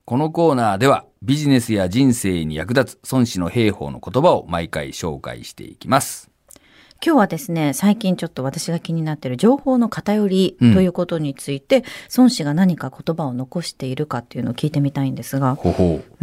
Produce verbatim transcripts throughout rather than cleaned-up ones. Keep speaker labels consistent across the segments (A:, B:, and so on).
A: このコーナーではビジネスや人生に役立つ孫子の兵法の言葉を毎回紹介していきます。
B: 今日はですね、最近ちょっと私が気になっている情報の偏りということについて、うん、孫子が何か言葉を残しているかっていうのを聞いてみたいんですが、
A: ほほう、
B: うん、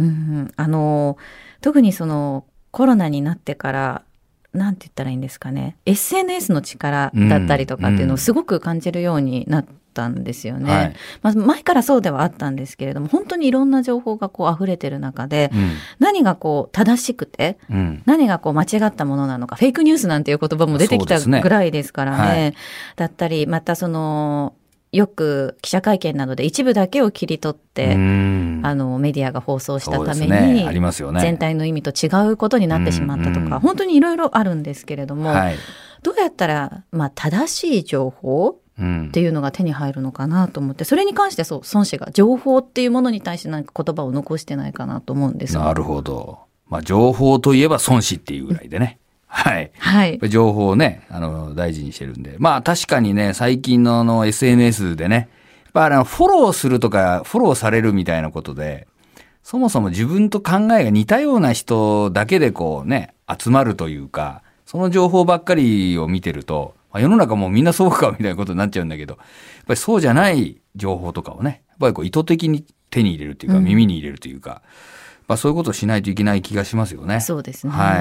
B: あの特にそのコロナになってからなんて言ったらいいんですかね、 エスエヌエス の力だったりとかっていうのをすごく感じるようになったんですよね、うんはい、まあ、前からそうではあったんですけれども、本当にいろんな情報がこう溢れてる中で、うん、何がこう正しくて、うん、何がこう間違ったものなのか、フェイクニュースなんていう言葉も出てきたぐらいですから ね, ね、はい、だったりまたそのよく記者会見などで一部だけを切り取ってあのメディアが放送したために、ね、ありますよね、全体の意味と違うことになってしまったとか、本当にいろいろあるんですけれども、はい、どうやったら、まあ、正しい情報っていうのが手に入るのかなと思って、それに関してそう孫子が情報っていうものに対して何か言葉を残してないかなと思うんですが。
A: なるほど、まあ、情報といえば孫子っていうぐらいでねはい。
B: はい。
A: 情報をね、あの、大事にしてるんで。まあ確かにね、最近のあの エスエヌエス でね、やっぱあの、フォローするとか、フォローされるみたいなことで、そもそも自分と考えが似たような人だけでこうね、集まるというか、その情報ばっかりを見てると、まあ、世の中もうみんなそうかみたいなことになっちゃうんだけど、やっぱりそうじゃない情報とかをね、やっぱりこう意図的に手に入れるというか、耳に入れるというか、うんまあ、そういうことをしないといけない気がしますよね。
B: そうですね。
A: はい。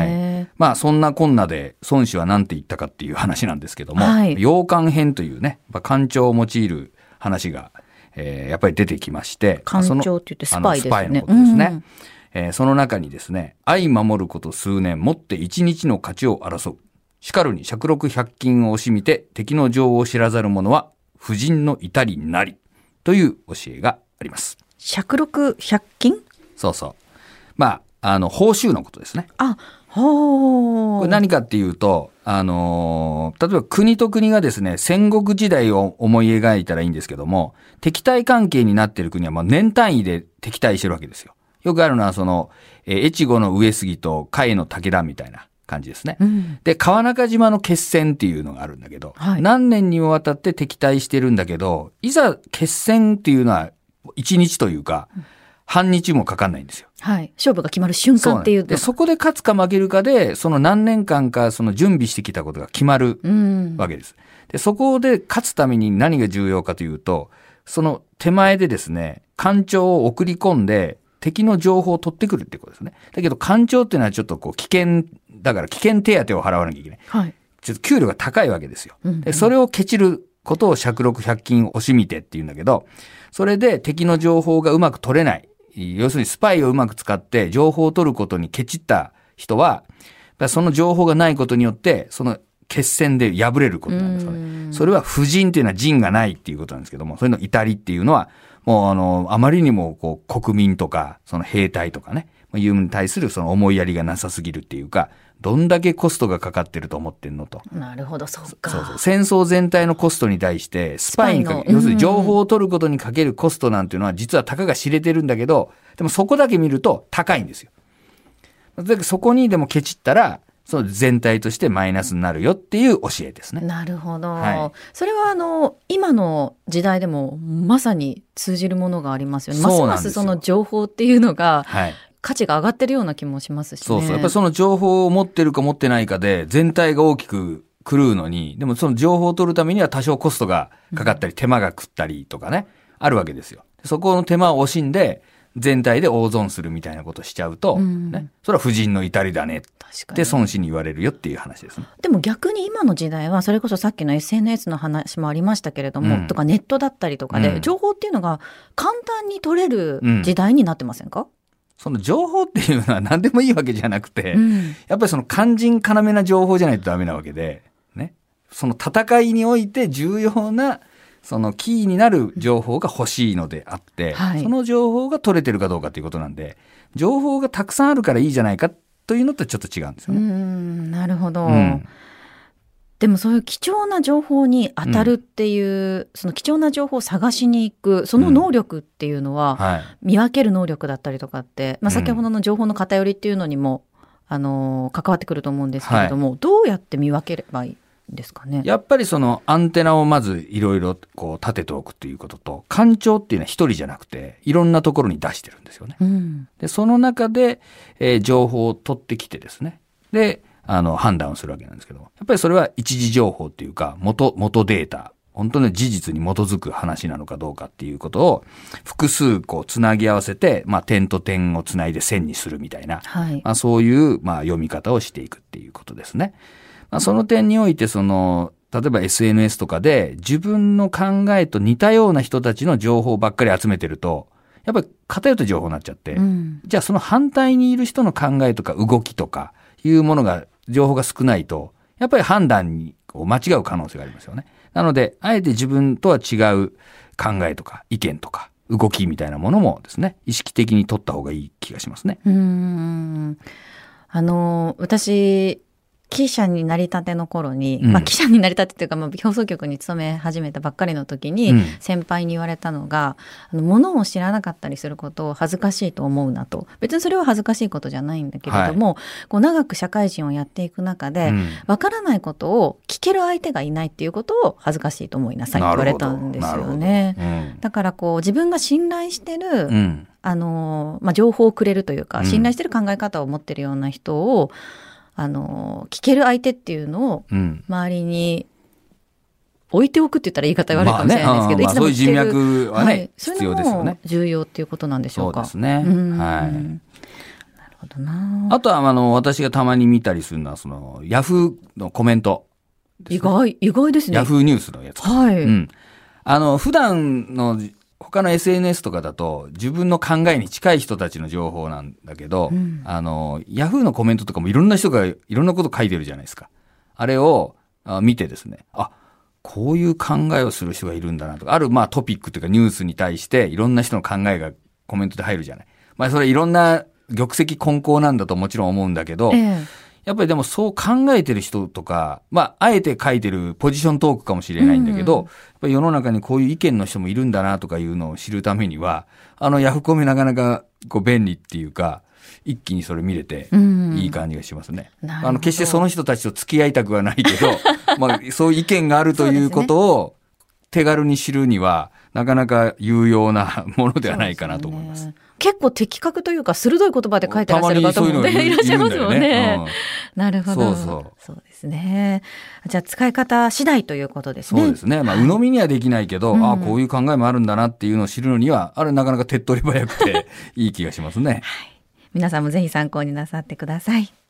A: まあそんなこんなで孫子は何て言ったかっていう話なんですけども、
B: はい、
A: 陽間編というね、官庁を用いる話が、えー、やっぱり出てきまして、
B: 官庁って言ってスパイですね。
A: スパイのことですね。うんえー、その中にですね、相守ること数年もって一日の勝ちを争う。しかるに借禄百均を惜しみて敵の情を知らざる者は婦人の至りなりという教えがあります。
B: 借禄百均？
A: そうそう。まあ、あの、報酬のことですね。
B: あ、ほー。
A: これ何かっていうと、あのー、例えば国と国がですね、戦国時代を思い描いたらいいんですけども、敵対関係になっている国はまあ年単位で敵対してるわけですよ。よくあるのは、その、えー、越後の上杉と甲斐の武田みたいな感じですね。うん、で、川中島の決戦っていうのがあるんだけど、はい、何年にもわたって敵対してるんだけど、いざ決戦っていうのは一日というか、うん半日もかかんないんですよ。
B: はい。勝負が決まる瞬間っていうと。
A: で、そこで勝つか負けるかで、その何年間かその準備してきたことが決まるわけです。で、そこで勝つために何が重要かというと、その手前でですね、官庁を送り込んで敵の情報を取ってくるってことですね。だけど官庁っていうのはちょっとこう危険、だから危険手当を払わなきゃいけない。はい。ちょっと給料が高いわけですよ。うんうん、で、それをケチることを借禄百均を惜しみてっていうんだけど、それで敵の情報がうまく取れない。要するにスパイをうまく使って情報を取ることにケチった人は、その情報がないことによって、その決戦で敗れることなんですよね。それは婦人っていうのは人がないっていうことなんですけども、それの至りっていうのは、もうあの、あまりにもこう国民とか、その兵隊とかね、いうのに対するその思いやりがなさすぎるっていうか、どんだけコストがかかってると思ってんのと。
B: なるほど、そうか。
A: そうそう。戦争全体のコストに対して、スパイにかける、要するに情報を取ることにかけるコストなんていうのは、実はたかが知れてるんだけど、でもそこだけ見ると高いんですよ。だからそこにでもケチったら、その全体としてマイナスになるよっていう教えですね。
B: なるほど。はい、それはあの、今の時代でもまさに通じるものがありますよね。ますますその情報っていうのが、はい。価値が上がってるような気もしますしね。
A: そうそう。やっぱりその情報を持ってるか持ってないかで全体が大きく狂うのに、でもその情報を取るためには多少コストがかかったり、うん、手間が食ったりとかね、あるわけですよ。そこの手間を惜しんで全体で大損するみたいなことしちゃうと、うん、ね、それは婦人の至りだねって孫子に言われるよっていう話ですね。
B: でも逆に今の時代はそれこそさっきの エスエヌエス の話もありましたけれども、うん、とかネットだったりとかで、うん、情報っていうのが簡単に取れる時代になってませんか？うん、
A: その情報っていうのは何でもいいわけじゃなくて、うん、やっぱりその肝心要な情報じゃないとダメなわけで、ね。その戦いにおいて重要な、そのキーになる情報が欲しいのであって、はい、その情報が取れてるかどうかということなんで、情報がたくさんあるからいいじゃないかというのとちょっと違うんですよね。
B: うーん、なるほど。うん、でもそういう貴重な情報に当たるっていう、うん、その貴重な情報を探しに行くその能力っていうのは、うん、はい、見分ける能力だったりとかって、まあ、先ほどの情報の偏りっていうのにも、あのー、関わってくると思うんですけれども、はい、どうやって見分ければいい？ ですかね。
A: やっぱりそのアンテナをまずいろいろこう立てておくっていうことと、干潮っていうのは一人じゃなくていろんなところに出してるんですよね。うん、でその中で、えー、情報を取ってきてですね、であの判断をするわけなんですけど、やっぱりそれは一時情報っていうか元元データ、本当に事実に基づく話なのかどうかっていうことを複数こうつなぎ合わせて、まあ、点と点をつないで線にするみたいな、はい、まあ、そういうまあ読み方をしていくっていうことですね。まあ、その点においてその例えば エスエヌエス とかで自分の考えと似たような人たちの情報ばっかり集めてると、やっぱり偏った情報になっちゃって、うん、じゃあその反対にいる人の考えとか動きとかいうものが情報が少ないと、やっぱり判断にこう間違う可能性がありますよね。なのであえて自分とは違う考えとか意見とか動きみたいなものもですね、意識的に取った方がいい気がしますね。
B: うーん、あの私記者になりたての頃に、うん、まあ記者になりたてというか、まあ、放送局に勤め始めたばっかりの時に、うん、先輩に言われたのが、あの物を知らなかったりすることを恥ずかしいと思うなと。別にそれは恥ずかしいことじゃないんだけれども、はい、こう長く社会人をやっていく中で、わ、うん、からないことを聞ける相手がいないっていうことを恥ずかしいと思いなさいって言われたんですよね。うん、だからこう自分が信頼してる、うん、あのまあ、情報をくれるというか、信頼してる考え方を持ってるような人をあの聞ける相手っていうのを周りに置いておくって言ったら言い方悪いかもしれないですけど、
A: まあね、うん、まあ、そういう人脈はね、はい、必要ですよね。
B: 重要っていうことなんでしょうか。
A: そうですね。うん、はい。なるほどな。あとはあの私がたまに見たりするのはそのヤフーのコメントですね。
B: 意外意外ですね。
A: ヤフーニュースのやつ。はい。うん。あの普段の他の エスエヌエス とかだと自分の考えに近い人たちの情報なんだけど、うん、あのヤフーのコメントとかもいろんな人がいろんなこと書いてるじゃないですか。あれをあ見てですね、あ、こういう考えをする人がいるんだなとか、あるまあトピックというかニュースに対していろんな人の考えがコメントで入るじゃない。まあそれいろんな玉石混交なんだともちろん思うんだけど、ええ、やっぱりでもそう考えてる人とか、まあ、あえて書いてるポジショントークかもしれないんだけど、うん、やっぱり世の中にこういう意見の人もいるんだなとかいうのを知るためには、あのヤフコメなかなかこう便利っていうか、一気にそれ見れていい感じがしますね。うん、あの決してその人たちと付き合いたくはないけど、まあ、そういう意見があるということを手軽に知るには、なかなか有用なものではないかなと思います。
B: 結構的確というか鋭い言葉で書いてらっしゃる方も、ね、いらっしゃいますもんね。うん、なるほど。そうそう。そうですね。じゃあ使い方次第ということですね。
A: そうですね。まあ、鵜呑みにはできないけど、はい、ああ、こういう考えもあるんだなっていうのを知るのには、あれなかなか手っ取り早くていい気がしますね。はい。
B: 皆さんもぜひ参考になさってください。